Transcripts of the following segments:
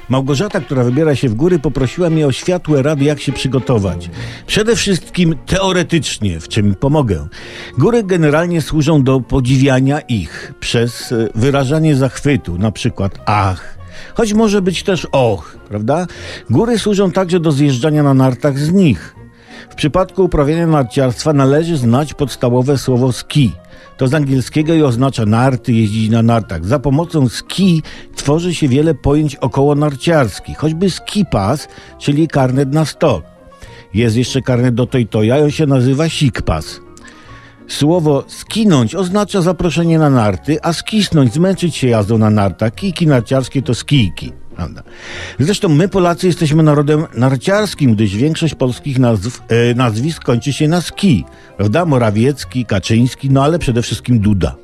Małgorzata, która wybiera się w góry, poprosiła mnie o światłe rady, jak się przygotować. Przede wszystkim teoretycznie, w czym pomogę. Góry generalnie służą do podziwiania ich przez wyrażanie zachwytu, na przykład ach, choć może być też och, prawda? Góry służą także do zjeżdżania na nartach z nich. W przypadku uprawiania narciarstwa należy znać podstawowe słowo ski. To z angielskiego i oznacza narty, jeździć na nartach. Za pomocą ski tworzy się wiele pojęć okołonarciarskich, choćby ski pass, czyli karnet na stok. Jest jeszcze karnet do toj-toja i on się nazywa sikpas. Słowo skinąć oznacza zaproszenie na narty, a skisnąć, zmęczyć się jazdą na nartach. Kijki narciarskie to skijki. Prawda? Zresztą my Polacy jesteśmy narodem narciarskim, gdyż większość polskich nazwisk kończy się na ski. Prawda? Morawiecki, Kaczyński, no ale przede wszystkim Duda.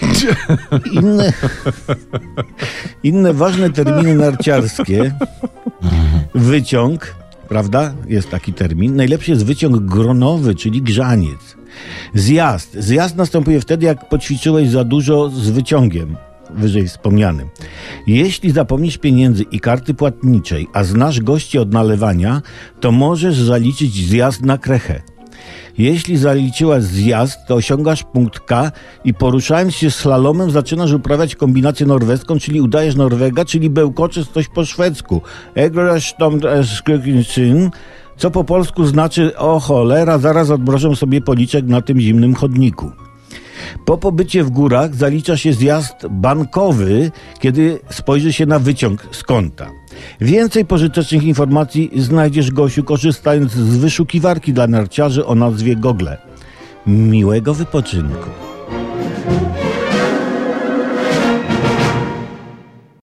Inne ważne terminy narciarskie. Wyciąg, prawda? Jest taki termin. Najlepszy jest wyciąg gronowy, czyli grzaniec. Zjazd. Zjazd następuje wtedy, jak poćwiczyłeś za dużo z wyciągiem, wyżej wspomnianym. Jeśli zapomnisz pieniędzy i karty płatniczej, a znasz gości od nalewania, to możesz zaliczyć zjazd na krechę. Jeśli zaliczyłaś zjazd, to osiągasz punkt K i poruszając się slalomem zaczynasz uprawiać kombinację norweską, czyli udajesz Norwega, czyli bełkoczysz coś po szwedzku. Co po polsku znaczy o cholera, zaraz odmrożę sobie policzek na tym zimnym chodniku. Po pobycie w górach zalicza się zjazd bankowy, kiedy spojrzy się na wyciąg z konta. Więcej pożytecznych informacji znajdziesz, Gosiu, korzystając z wyszukiwarki dla narciarzy o nazwie Google. Miłego wypoczynku.